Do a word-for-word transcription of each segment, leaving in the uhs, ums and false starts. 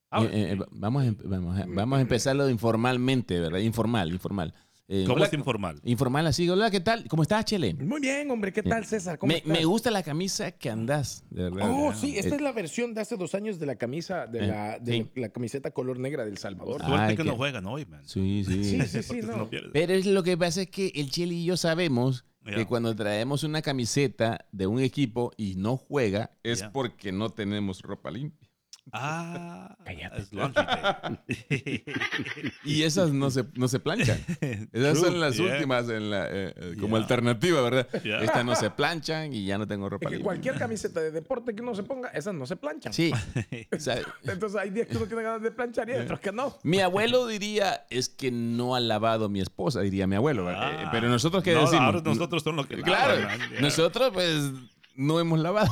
Ah, eh, eh, vamos, a, vamos, a, vamos a empezarlo informalmente, ¿verdad? Informal, informal. Eh, ¿Cómo hola, es informal? Informal así. Hola, ¿qué tal? ¿Cómo estás, Chele? Muy bien, hombre. ¿Qué tal, César? ¿Cómo me, estás? me gusta la camisa que andás, de verdad. Oh, sí. Esta eh, es la versión de hace dos años de la camisa, de, eh, la, de sí. la, la camiseta color negra del Salvador. Suerte Ay, que, que no juegan hoy, man. Sí, sí. Sí, sí, sí. No. No Pero es lo que pasa es que el Chele y yo sabemos yeah. que cuando traemos una camiseta de un equipo y no juega es yeah. porque no tenemos ropa limpia. Ah, cállate. Es laundry day. Y esas no se, no se planchan. Esas True, son las yeah. últimas en la, eh, como yeah. alternativa, ¿verdad? Yeah. Estas no se planchan y ya no tengo ropa es que limpia. Cualquier camiseta de deporte que uno se ponga, esas no se planchan. Sí. Entonces hay días que uno tiene ganas de planchar y yeah. otros que no. Mi abuelo diría, es que no ha lavado mi esposa, diría mi abuelo. Ah, eh, pero nosotros, ¿qué no, decimos? Ahora nosotros son los que Claro, lavan, yeah. nosotros pues... no hemos lavado.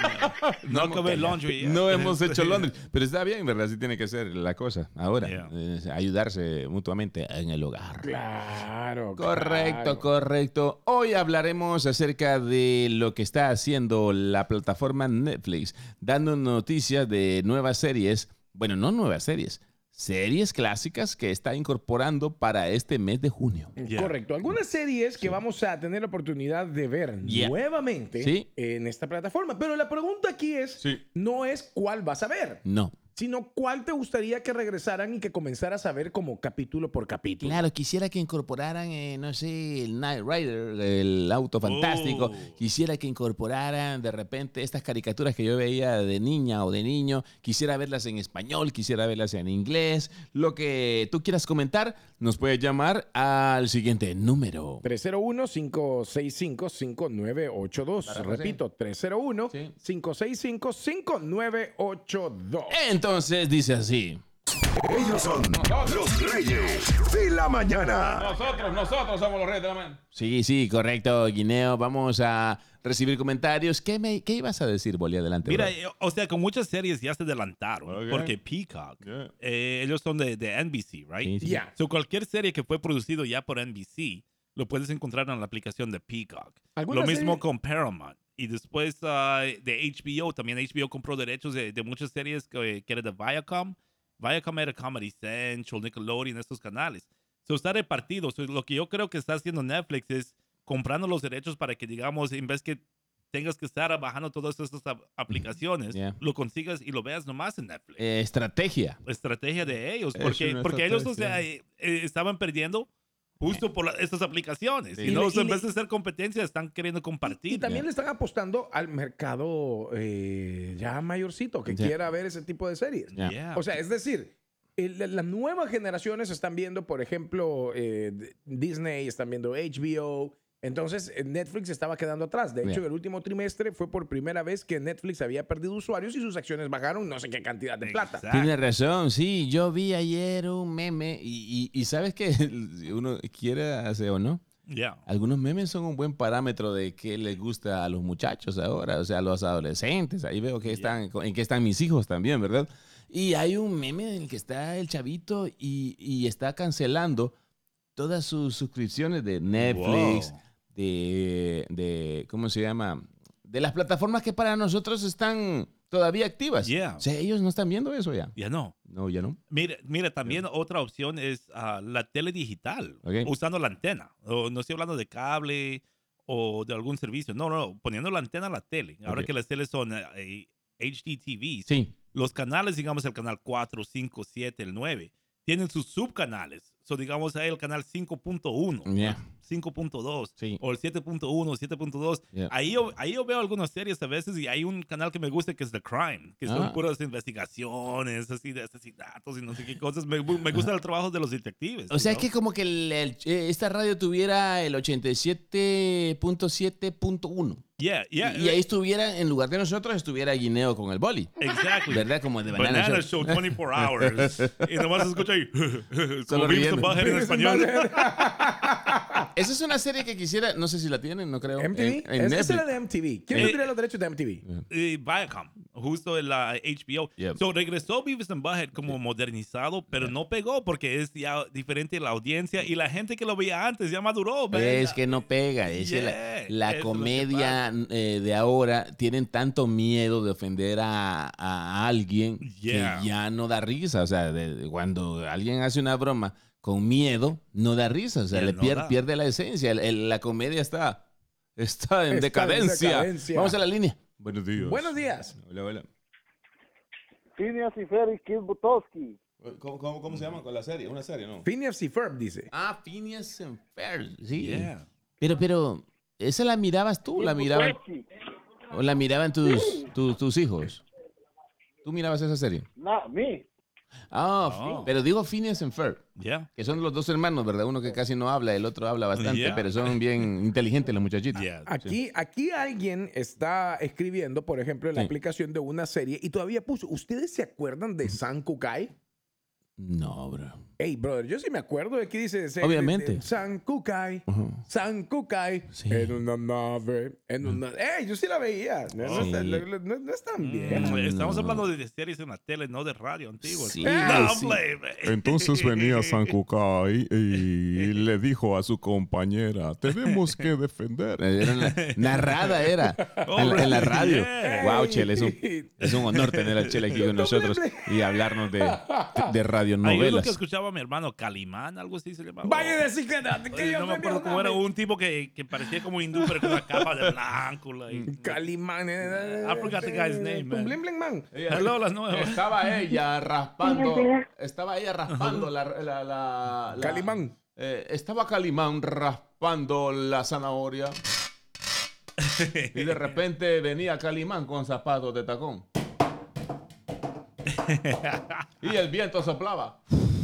No, no, no, laundry, yeah. no hemos hecho laundry. Pero está bien, ¿verdad? Así tiene que ser la cosa. Ahora, yeah. eh, ayudarse mutuamente en el hogar. Claro. Correcto, claro. correcto. Hoy hablaremos acerca de lo que está haciendo la plataforma Netflix, dando noticias de nuevas series. Bueno, no nuevas series. Series clásicas que está incorporando para este mes de junio. Yeah. Correcto. Algunas series que sí. vamos a tener la oportunidad de ver yeah. nuevamente sí. en esta plataforma. Pero la pregunta aquí es, sí. no es cuál vas a ver. No. Sino cuál te gustaría que regresaran y que comenzaras a ver como capítulo por capítulo. Claro, quisiera que incorporaran, eh, no sé, el Knight Rider, el auto fantástico. Oh. Quisiera que incorporaran de repente estas caricaturas que yo veía de niña o de niño. Quisiera verlas en español, quisiera verlas en inglés. Lo que tú quieras comentar, nos puedes llamar al siguiente número. tres cero uno, cinco seis cinco, cinco nueve ocho dos. Repito, tres cero uno, cinco seis cinco, cinco nueve ocho dos. Entonces, Entonces dice así. Ellos son los Reyes de la Mañana. Nosotros, nosotros somos los Reyes de la Mañana. Sí, sí, correcto, Guineo. Vamos a recibir comentarios. ¿Qué, me, qué ibas a decir, Boli? Adelante. Mira, bro. o sea, con muchas series ya se adelantaron. Okay. Porque Peacock, yeah. eh, ellos son de, de N B C, ¿right? Sí, sí. Yeah. So, cualquier serie que fue producido ya por N B C, lo puedes encontrar en la aplicación de Peacock. Lo mismo serie? con Paramount. Y después uh, de H B O, también H B O compró derechos de, de muchas series que, que era de Viacom. Viacom era Comedy Central, Nickelodeon, estos canales. So, está repartido. So, lo que yo creo que está haciendo Netflix es comprando los derechos para que, digamos, en vez que tengas que estar bajando todas estas aplicaciones, yeah. lo consigas y lo veas nomás en Netflix. Eh, estrategia. Estrategia de ellos. Porque, porque ellos, o sea, eh, eh, estaban perdiendo justo por la, estas aplicaciones. Sí. Y, no, y, o sea, en vez de ser competencia, están queriendo compartir. Y, y también yeah. le están apostando al mercado eh, ya mayorcito que yeah. quiera ver ese tipo de series. Yeah. Yeah. O sea, es decir, el, las nuevas generaciones están viendo, por ejemplo, eh, Disney, están viendo H B O. Entonces, Netflix estaba quedando atrás. De hecho, yeah. en el último trimestre fue por primera vez que Netflix había perdido usuarios y sus acciones bajaron no sé qué cantidad de plata. Tiene razón, sí. Yo vi ayer un meme y, y, y ¿sabes qué? Uno quiere hacer o no. Yeah. Algunos memes son un buen parámetro de qué les gusta a los muchachos ahora, o sea, a los adolescentes. Ahí veo que están, yeah. en qué están mis hijos también, ¿verdad? Y hay un meme en el que está el chavito y, y está cancelando todas sus suscripciones de Netflix, wow. de, de, ¿cómo se llama? De las plataformas que para nosotros están todavía activas. Yeah. O sea, ellos no están viendo eso ya. Ya no. No, ya no. Mira, mira también yeah. otra opción es uh, la tele digital, okay. usando la antena. O, no estoy hablando de cable o de algún servicio. No, no, poniendo la antena a la tele. Okay. Ahora que las teles son uh, H D T Vs. Sí. Los canales, digamos, el canal cuatro, cinco, siete, el nueve, tienen sus subcanales. So, digamos, hay el canal cinco punto uno, yeah. cinco punto dos, sí. o el siete punto uno, siete punto dos. Yeah. Ahí, yo, ahí yo veo algunas series a veces y hay un canal que me gusta que es The Crime, que ah. son puras investigaciones, así de asesinatos y no sé qué cosas. Me, me gusta el trabajo de los detectives. O sea, ¿no? es que como que el, el, esta radio tuviera el ochenta y siete punto siete punto uno. Yeah, yeah. Y, y ahí estuviera, en lugar de nosotros, estuviera Guineo con el Boli. Exactly. ¿Verdad? Como de Banana, Banana Show. Show veinticuatro hours. Y nomás se escucha ahí. Como Beavis and Butthead en español. Esa es una serie que quisiera, no sé si la tienen, no creo. M T V. En, en Esa es la de M T V. ¿Quién eh, tendría los derechos de M T V? Eh, Viacom. justo en la H B O. Yep. So, regresó Beavis and Butthead como modernizado, pero yeah. no pegó porque es ya diferente la audiencia y la gente que lo veía antes ya maduró. Man. Es que no pega. Es yeah. la, la comedia eh, de ahora tienen tanto miedo de ofender a, a alguien yeah. que ya no da risa. O sea, de, de cuando alguien hace una broma con miedo, no da risa. O sea, yeah, le no pierde, pierde la esencia. El, el, la comedia está, está, en, está decadencia. en decadencia. Vamos a la línea. Buenos días. Buenos días. Hola, hola. Phineas y Ferb y Kid Butowski. ¿Cómo, cómo, ¿Cómo se llama con la serie? Una serie, ¿no? Phineas y Ferb, dice. Ah, Phineas and Ferb, sí. Yeah. Pero, pero, ¿esa la mirabas tú? ¿La miraban, ¿O la miraban tus, sí. tus, tus hijos? ¿Tú mirabas esa serie? No, me. Ah, oh. Pero digo Phineas and Ferb, yeah. que son los dos hermanos, ¿verdad? Uno que casi no habla, el otro habla bastante, yeah. pero son bien inteligentes los muchachitos. Yeah. Aquí, sí. aquí alguien está escribiendo, por ejemplo, en la sí. aplicación de una serie y todavía puso, ¿ustedes se acuerdan de San Kukai? No, bro. Hey, brother, yo sí me acuerdo de que dice... Obviamente. De, de San Kukai, uh-huh. San Kukai, sí. en una nave, en una... Hey, yo sí la veía. No, oh, no, sí. está, no, no, no es tan bien. Mm, estamos no. hablando de series en la tele, no de radio antiguas. Sí, no, sí. play, Entonces venía San Kukai y le dijo a su compañera, tenemos que defender. Era una, narrada era oh, en, en la radio. Yeah. Wow, Chele, es un, es un honor tener a Chele aquí con nosotros y hablarnos de, de radionovelas. Yo lo que escuchaba a mi hermano Calimán, algo así se llamaba. Vaya a decir que no, que yo no me acuerdo cómo era, un tipo que, que parecía como hindú, pero con una capa de blanco. Like, Calimán. Eh, I forgot the guy's name, man. Bling Bling Man. Hello, las nuevas. Estaba ella raspando, estaba ella raspando la... la, la, la Calimán. Eh, estaba Calimán raspando la zanahoria y de repente venía Calimán con zapatos de tacón. Y el viento soplaba.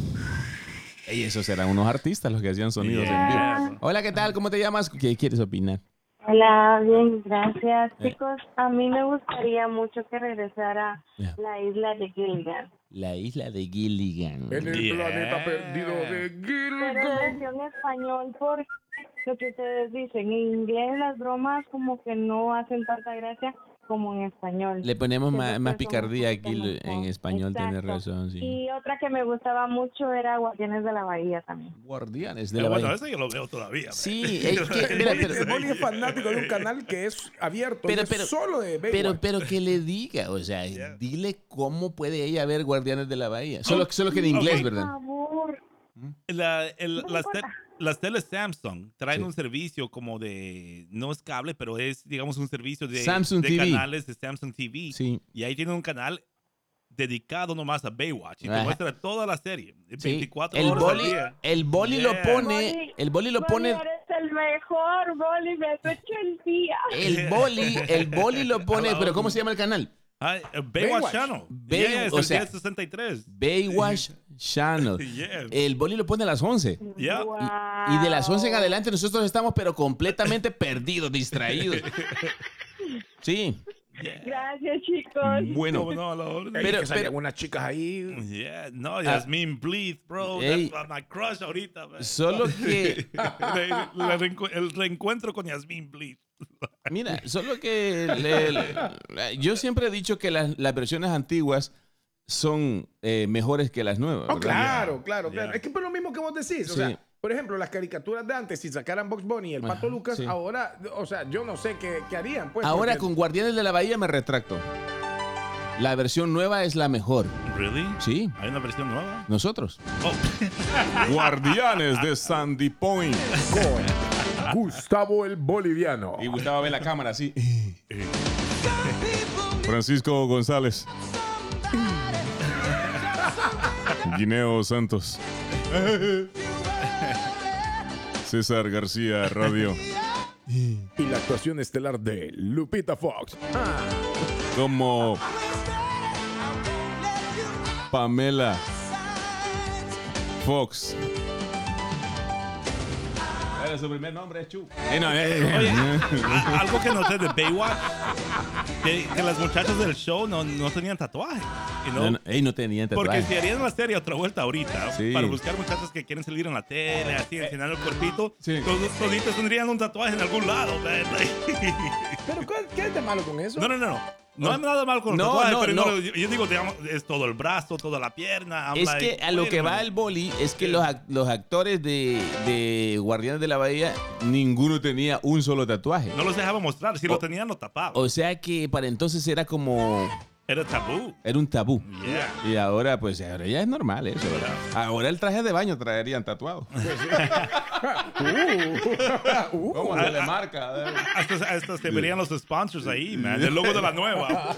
Y esos eran unos artistas los que hacían sonidos yeah. en vivo. Hola, ¿qué tal? ¿Cómo te llamas? ¿Qué quieres opinar? Hola, bien, gracias. Eh. Chicos, a mí me gustaría mucho que regresara yeah. la isla de Gilligan. La isla de Gilligan. En el yeah. planeta perdido de Gilligan. Pero en versión español, porque lo que ustedes dicen, en inglés las bromas como que no hacen tanta gracia como en español. Le ponemos más, más picardía aquí en español, tiene razón. Sí. Y otra que me gustaba mucho era Guardianes de la Bahía también. Guardianes de pero la bueno, Bahía. Bueno, eso yo lo veo todavía. Sí, es que, mira, pero, el Boli es fanático de un canal que es abierto, pero, pero, solo de Baywatch. Pero, pero que le diga, o sea, yeah. dile cómo puede ella ver Guardianes de la Bahía. Solo, solo que en inglés, okay. ¿verdad? Por favor. La, el, no las, te, las teles Samsung traen sí. un servicio como de, no es cable, pero es, digamos, un servicio de, de canales de Samsung T V. Sí. Y ahí tienen un canal dedicado nomás a Baywatch y te Ajá. muestra toda la serie. Sí. veinticuatro el horas boli, al día. El boli yeah. lo pone, Boli, el boli lo Boli pone. Eres el mejor, Boli, me has hecho el día. El boli, el boli lo pone, pero ¿cómo se llama el canal? Ah, uh, Baywatch, Baywatch Channel. Bay, yeah, o sea, sesenta y tres. Baywatch Channel. Yeah. El boli lo pone a las once. Yeah. Wow. Y, y de las once en adelante nosotros estamos pero completamente perdidos, distraídos. Sí. Yeah. Gracias, chicos. Bueno, no, no, no, pero, que pero unas chicas ahí. Yeah, no, Yasmine Bleeth, bro. Ey, That's my crush ahorita, man. Solo que la, la reencu el reencuentro con Yasmine Bleeth. Mira, solo que le, le, yo siempre he dicho que las, las versiones antiguas son eh, mejores que las nuevas. Oh, claro, yeah. claro, claro. Yeah. Es que es lo mismo que vos decís. O sí. sea, por ejemplo, las caricaturas de antes, si sacaran Bugs Bunny y el Pato Lucas, sí. ahora, o sea, yo no sé qué, qué harían. Pues, ahora porque... con Guardianes de la Bahía me retracto. La versión nueva es la mejor. ¿Really? Sí. ¿Hay una versión nueva? Nosotros. Oh. Guardianes de Sandy Point. Con Gustavo el Boliviano. Y Gustavo ve la cámara así. Francisco González. Guineo Santos. César García Radio. Y la actuación estelar de Lupita Fox. Ah. Como Pamela Fox. Era su primer nombre es Chu. Eh, no, eh, eh, Oye, algo que noté de Baywatch, que, que las muchachas del show no, no tenían tatuaje. No, no, no, ey, no tenían tatuaje. Porque si harían la serie otra vuelta ahorita, sí. para buscar muchachas que quieren salir en la tele, así, enseñando el cuerpito, sí. todos toditos tendrían un tatuaje en algún lado. ¿Pero qué es de malo con eso? No, no, no. no. No hay nada mal con los no, tatuajes, no, pero no. no, yo, yo digo, digamos, es todo el brazo, toda la pierna. I'm Es like, que a lo wait que a va minute. el boli es que los, ac- los actores de, de Guardianes de la Bahía, ninguno tenía un solo tatuaje. No los dejaba mostrar. Si O- lo tenían, lo tapaban. O sea que para entonces era como... Era tabú. Era un tabú. Yeah. Y ahora, pues, ahora ya es normal eso, ¿verdad? Ahora el traje de baño traerían tatuado. Uh, ¿Cómo se le marca? Hasta, hasta se verían los sponsors ahí, man. El logo de la nueva.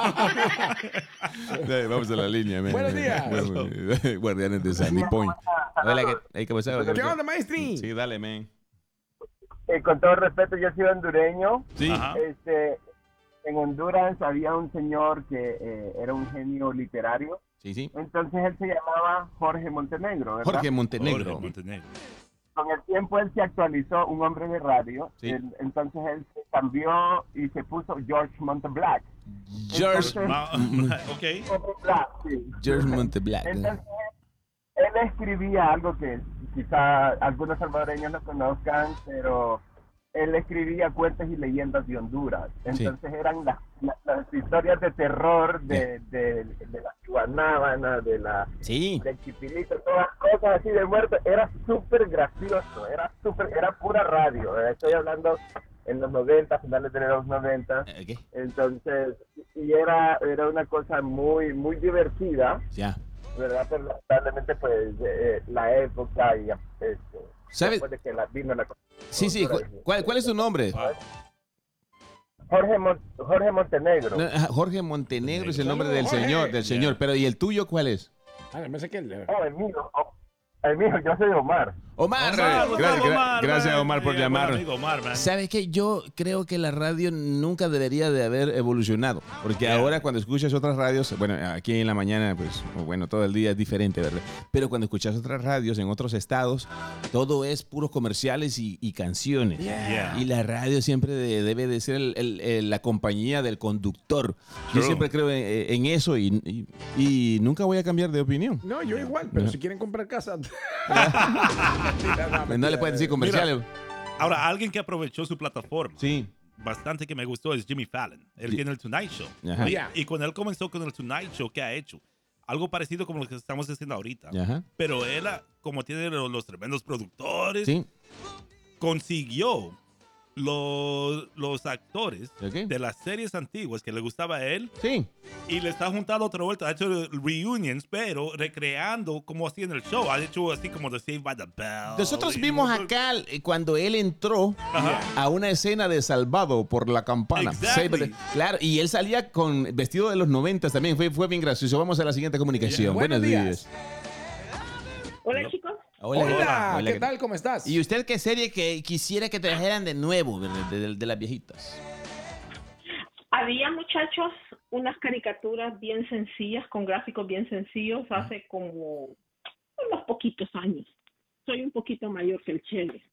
Dale, vamos a la línea, man. Buenos días. Guardianes de Sandy Point. Hola, ¿qué, hey, ¿qué pasó? ¿Qué onda, maestri? Sí, dale, man. Eh, con todo respeto, yo soy hondureño. Sí. Ajá. Este, en Honduras había un señor que eh, era un genio literario. Sí, sí. Entonces él se llamaba Jorge Montenegro, ¿verdad? Jorge Montenegro. Jorge Montenegro. Con el tiempo él se actualizó, un hombre de radio. Sí. Él- entonces él se cambió y se puso George Monteblack. George, Ma- ok. Monteblack, sí. George Monteblack. Entonces él escribía algo que quizá algunos salvadoreños no conozcan, pero él escribía cuentos y leyendas de Honduras. Entonces eran las, las, las historias de terror de, de, de la Guanábana, de la Sí. del Chipilito, todas cosas así de muerte. Era súper gracioso, era súper, era pura radio. ¿verdad? Estoy hablando en los noventa, finales de los noventa. Eh, ¿Qué? Entonces, y era, era una cosa muy, muy divertida, Ya. ¿verdad? Pero lamentablemente, pues, eh, la época y este, ¿Sabes? después de que la, vino la Sí, sí. ¿cu- ¿Cuál, cuál es tu nombre? Jorge, Mon- Jorge Montenegro. No, ajá, Jorge Montenegro es el nombre del Jorge. señor, del señor. Pero ¿y el tuyo cuál es? Ah, me sé que el- Oh, el mío, oh, el mío, yo soy Omar. Omar. Omar, Gra- Omar, gra- Omar, gracias, man. Omar, por Sí, buen llamar. amigo, Omar, man. ¿Sabes qué? Yo creo que la radio nunca debería de haber evolucionado. Porque Yeah. ahora cuando escuchas otras radios, bueno, aquí en la mañana, pues, bueno, todo el día es diferente, ¿verdad? Pero cuando escuchas otras radios en otros estados, todo es puros comerciales y, y canciones. Yeah. Y la radio siempre de- debe de ser el- el- el- la compañía del conductor. Yo True. siempre creo en, en eso y, y- y nunca voy a cambiar de opinión. No, yo igual, pero No. si quieren comprar casa. Pues no le puedes decir comerciales. Ahora, alguien que aprovechó su plataforma Sí. bastante que me gustó es Jimmy Fallon. Él Sí. tiene el Tonight Show. Ajá. Y, Yeah. y cuando él comenzó con el Tonight Show, ¿qué ha hecho? Algo parecido como lo que estamos haciendo ahorita. Ajá. Pero él, ah, como tiene los, los tremendos productores, Sí. consiguió los, los actores Ok. de las series antiguas que le gustaba a él Sí. y le está juntando otra vuelta. Ha hecho reunions, pero recreando como hacía en el show. Ha hecho así como The Saved by the Bell. Nosotros y vimos un montón- acá eh, cuando él entró Ajá. a una escena de Salvado por la campana. Exactly. Sí, claro, y él salía con vestido de los noventas también. Fue, fue bien gracioso. Vamos a la siguiente comunicación. Buenos Buenos días. días. Hola, chicos. Hola, Hola, hola, ¿qué tal? ¿Cómo estás? ¿Y usted qué serie que quisiera que trajeran de nuevo de, de- de las viejitas? Había, muchachos, unas caricaturas bien sencillas, con gráficos bien sencillos, hace como unos poquitos años. Soy un poquito mayor que el Chele.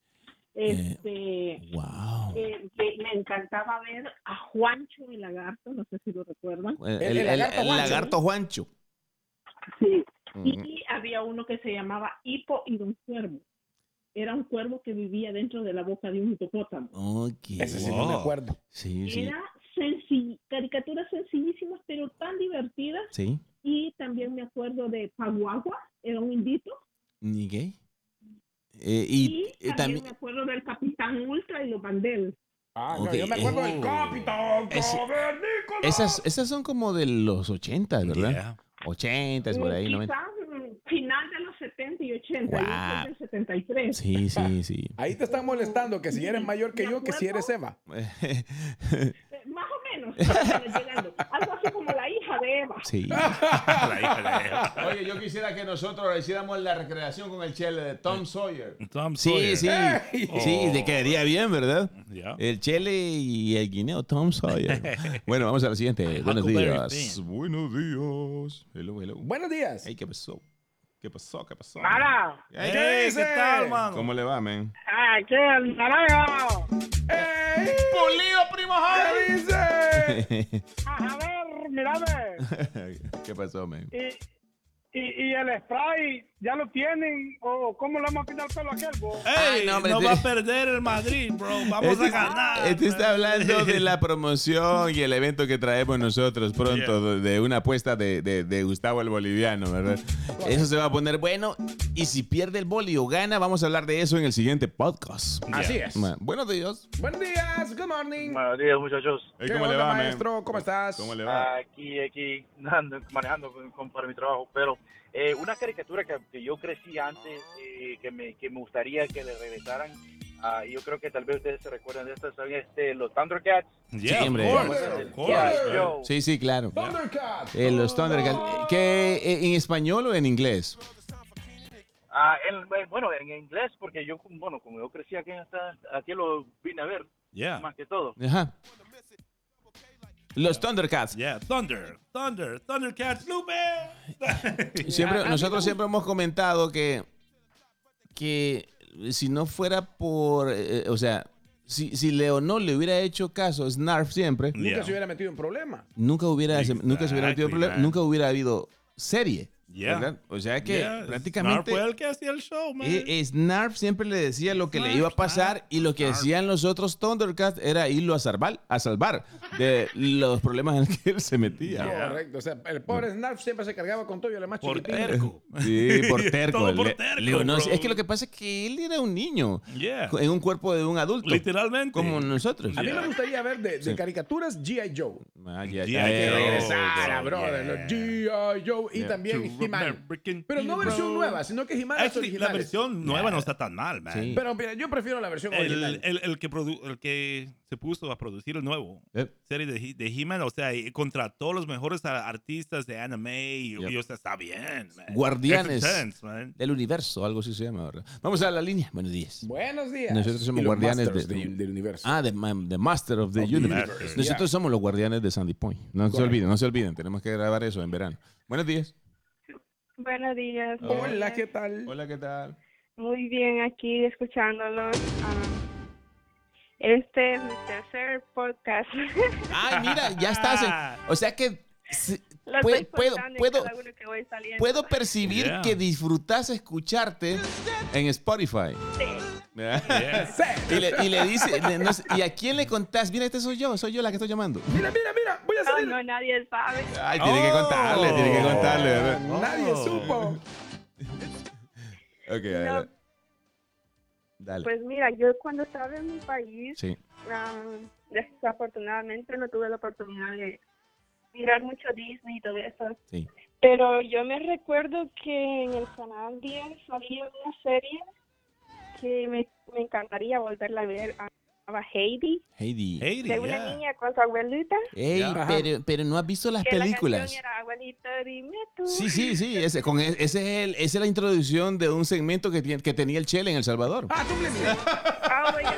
Este, Wow. eh, que me encantaba ver a Juancho el lagarto, no sé si lo recuerdan. El, el el- lagarto el Juancho, lagarto Juancho. Sí. Mm. Y había uno que se llamaba Hipo y Don Cuervo. Era un cuervo que vivía dentro de la boca de un hipopótamo. Ok. Ese sí no me Wow. acuerdo. Sí, sí. Era sencillo, caricaturas sencillísimas, pero tan divertidas. Sí. Y también me acuerdo de Paguagua, era un indito. ¿Ni qué? Eh, Y, y, eh, también, también. me acuerdo del Capitán Ultra y los Bandel. Ah, no, Ok, yo me acuerdo eh, del Capitán ese- Cavernícola. Esas, esas son como de los ochentas, ¿verdad? Yeah. Ochentas, por ahí, Eh, noventa. Quizás mm, final de los setenta y ochenta, Wow. yo soy del setenta y tres. Sí, sí, sí. Ahí te están molestando que si eres mayor que Me yo, que si eres Eva. Eh, Más o menos, más o menos llegando. Algo así como la hija de Eva. Sí. La hija de Eva. Oye, yo quisiera que nosotros hiciéramos la recreación con el chele de Tom Sawyer. Tom Sí, Sawyer. sí. Ey. Sí, te quedaría bien, ¿verdad? Yeah. El chele y el guineo Tom Sawyer. Bueno, vamos a la siguiente. Buenos Huckleberry días. Finn. Buenos días. Hello, hello. Buenos días. Hey, ¿qué pasó? ¿Qué pasó? ¿Qué pasó? ¡Mara! Hey, Hey, dice? ¿qué tal, mano? ¿Cómo le va, man? ¡Aquí el naranjo! ¡Ey! ¡Pulido, primo ¿Qué dice? A ver, mírame. ¿Qué pasó, man? Y Y, y el spray, ¿ya lo tienen? ¿O cómo le vamos a quitar el pelo a aquel, bro? ¡Ey! no, No, hombre, va este- a perder el Madrid, bro. Vamos Este, a ganar. este está man. hablando de la promoción y el evento que traemos nosotros pronto, Yeah. de una apuesta de, de, de Gustavo el Boliviano, ¿verdad? Eso se va a poner bueno. Y si pierde el boli o gana, vamos a hablar de eso en el siguiente podcast. Así es. Ma- Buenos días. Buenos días, good morning. Buenos días, muchachos. Hey, ¿Qué ¿Cómo le onda, va, man? maestro? ¿Cómo estás? ¿Cómo le va? Aquí, aquí, ando, manejando con- con- para mi trabajo. Pero eh, una caricatura que, que yo crecí antes, eh, que, me, que me gustaría que le regresaran. ah, yo creo que tal vez ustedes se recuerdan de estas, son este, los Thundercats. Yeah, Sí, hombre. of course, Thunder, of course, Yeah, man. yo. Sí, sí, claro. Thundercats. Eh, los Thundercats. ¿Qué, eh, ¿En español o en inglés? Ah, en- eh, bueno, en inglés, porque yo, bueno, como yo crecí aquí, en esta, aquí lo vine a ver, Yeah. más que todo. Ajá. Los Thundercats. Yeah, Thunder, Thunder, Thundercats, Lupe. Siempre, A- a mí nosotros me siempre hemos comentado que, que si no fuera por, eh, o sea, si, si Leo no le hubiera hecho caso a Snarf siempre, Nunca Yeah. se hubiera metido en problemas. nunca hubiera, se- nunca se hubiera metido en Exactly, problema, man. nunca hubiera habido serie. Yeah. ¿Verdad? O sea que Yeah, prácticamente Snarf fue el que hacía el show, man. eh, eh, Snarf siempre le decía lo que le Snarf, iba a pasar Snarf, y lo que Snarf. hacían los otros Thundercats era irlo a salvar, a salvar de los problemas en los que él se metía. Yeah. Correcto. O sea, el pobre Snarf siempre se cargaba con todo y el más Por chiquitín. terco. Sí, por terco. Todo por Le- terco, le digo, no, bro. es que lo que pasa es que él era un niño Yeah. en un cuerpo de un adulto. Literalmente. Como nosotros. A mí Yeah. me gustaría ver de, de Sí. caricaturas G I. Joe. Ah, ya, G I. ya, Que ya, Joe. ya. regresara, Oh, brother. yeah. Los G I. Joe. Y Yeah. también To He-Man. American Pero no Hero. versión nueva, sino que He-Man es Actually, original. la versión nueva no está tan mal, man. Sí. Pero mira, yo prefiero la versión El, original. el, el que produ- el que se puso a producir el nuevo Yep. serie de, He- de He-Man, o sea, y contrató los mejores a- artistas de anime y, Yep. y, o sea, está bien, man. Guardianes Makes sense, man. del universo, algo así se llama, ¿verdad? Vamos a la línea. Buenos días. Buenos días. Nosotros somos Y los guardianes Masters de- de- del universo. Ah, the, the Master of the Of the Universe. universe, Nosotros yeah. somos los guardianes de Sandy Point. No se Correcto. olviden, no se olviden. Tenemos que grabar eso en verano. Buenos días. Buenos días. Hola, ¿qué tal? Hola, ¿qué tal? Muy bien, aquí escuchándolos. Ah, este es mi tercer podcast. Ay, mira, ya estás. en- o sea que si- Lo pue- estoy puedo, contando en puedo, cada uno que voy saliendo. puedo percibir Yeah. que disfrutas escucharte en Spotify. ¿Verdad? Y, le, y le dice, le- no sé, ¿y a quién le contás? Mira, este soy yo, soy yo la que estoy llamando. Mira, mira, mira. Voy a No, salir. no, nadie sabe. Ay, tiene que contarle, tiene que contarle. ¿verdad? Nadie Oh. supo. Ok, adelante. Dale. Pues mira, yo cuando estaba en mi país, Sí. ah, desafortunadamente no tuve la oportunidad de mirar mucho Disney y todo eso. Sí. Pero yo me recuerdo que en el canal diez salía una serie que me, me encantaría volverla a ver. ah, Se llamaba Heidi, Heidi. Heidi, de una yeah. niña con su abuelita. Ey, Ya. pero, pero no has visto las Que la películas. canción era Abuelita, dime tú. Sí, sí, sí. Ese, con, e- ese es el, esa es la introducción de un segmento que, tiene- que tenía el Chele en El Salvador. Ah, tú me dices. Ah, oye,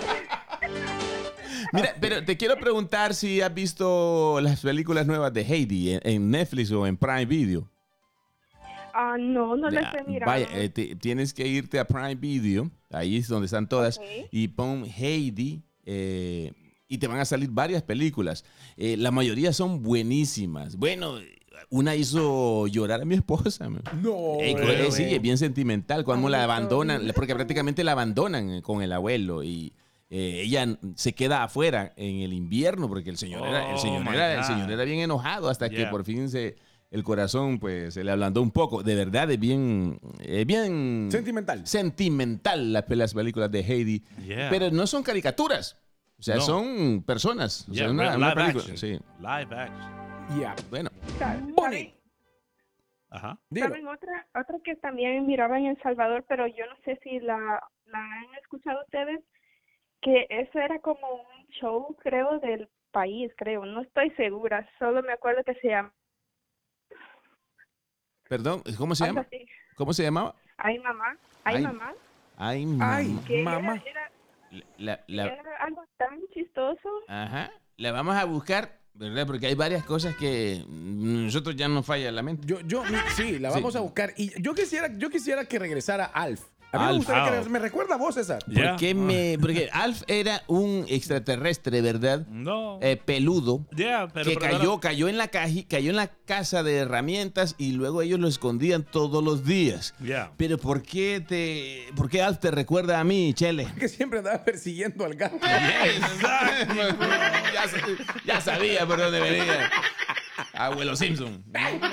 Mira, pero te quiero preguntar si has visto las películas nuevas de Heidi en, en Netflix o en Prime Video. ah, no, no la Ya, estoy mirando. Vaya, eh, te- tienes que irte a Prime Video, ahí es donde están todas, Ok. y pon Heidi eh, y te van a salir varias películas. Eh, la mayoría son buenísimas. Bueno, una hizo llorar a mi esposa. man. No. Eh, co- Really? eh, sí, es bien sentimental. Cuando la Ay, abandonan, no. porque prácticamente la abandonan eh, con el abuelo y eh, ella se queda afuera en el invierno porque el señor, era, el Oh, señor, my era, el God. señor era bien enojado hasta que Yeah. por fin se, el corazón pues se le ablandó un poco. De verdad es bien, es bien Sentimental. sentimental las, las películas de Heidi, Yeah. pero no son caricaturas. O sea, No. son personas. O sea, Yeah, una, real- una live película. action. Sí. Live action. Ya. Bueno, ¿Saben- Bonnie. Ajá. Dilo. ¿Saben otra, otra que también miraba en El Salvador, pero yo no sé si la, la han escuchado ustedes? Que eso era como un show, creo, del país, creo. No estoy segura, solo me acuerdo que se llama perdón, ¿cómo se algo llama? así. ¿Cómo se llamaba? Ay, mamá. Ay, Ay, mamá. Ay, Ay, mamá. Que mamá. Era, era, La- la- era algo tan chistoso. Ajá. La vamos a buscar, ¿verdad? Porque hay varias cosas que mm, nosotros ya nos falla la mente. Yo, yo, mi- sí, la Sí. vamos a buscar. Y yo quisiera, yo quisiera que regresara Alf. A mí me, Alf. gustaría que me recuerda a vos, César. ¿Por qué me, porque Alf era un extraterrestre, ¿verdad? No. Eh, peludo. Yeah, pero, que pero cayó, ahora- cayó en la caja, cayó en la casa de herramientas y luego ellos lo escondían todos los días. Yeah. Pero ¿por qué te, por qué Alf te recuerda a mí, Chele? Que siempre andaba persiguiendo al gato. ya, ya sabía por dónde venía. Abuelo Simpson.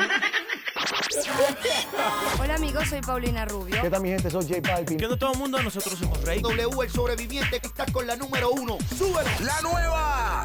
Hola amigos, soy Paulina Rubio. ¿Qué tal mi gente? Soy J Balvin. ¿Qué tal todo el mundo? Nosotros somos Rey. W, el sobreviviente que está con la número uno. ¡Súbelo! La nueva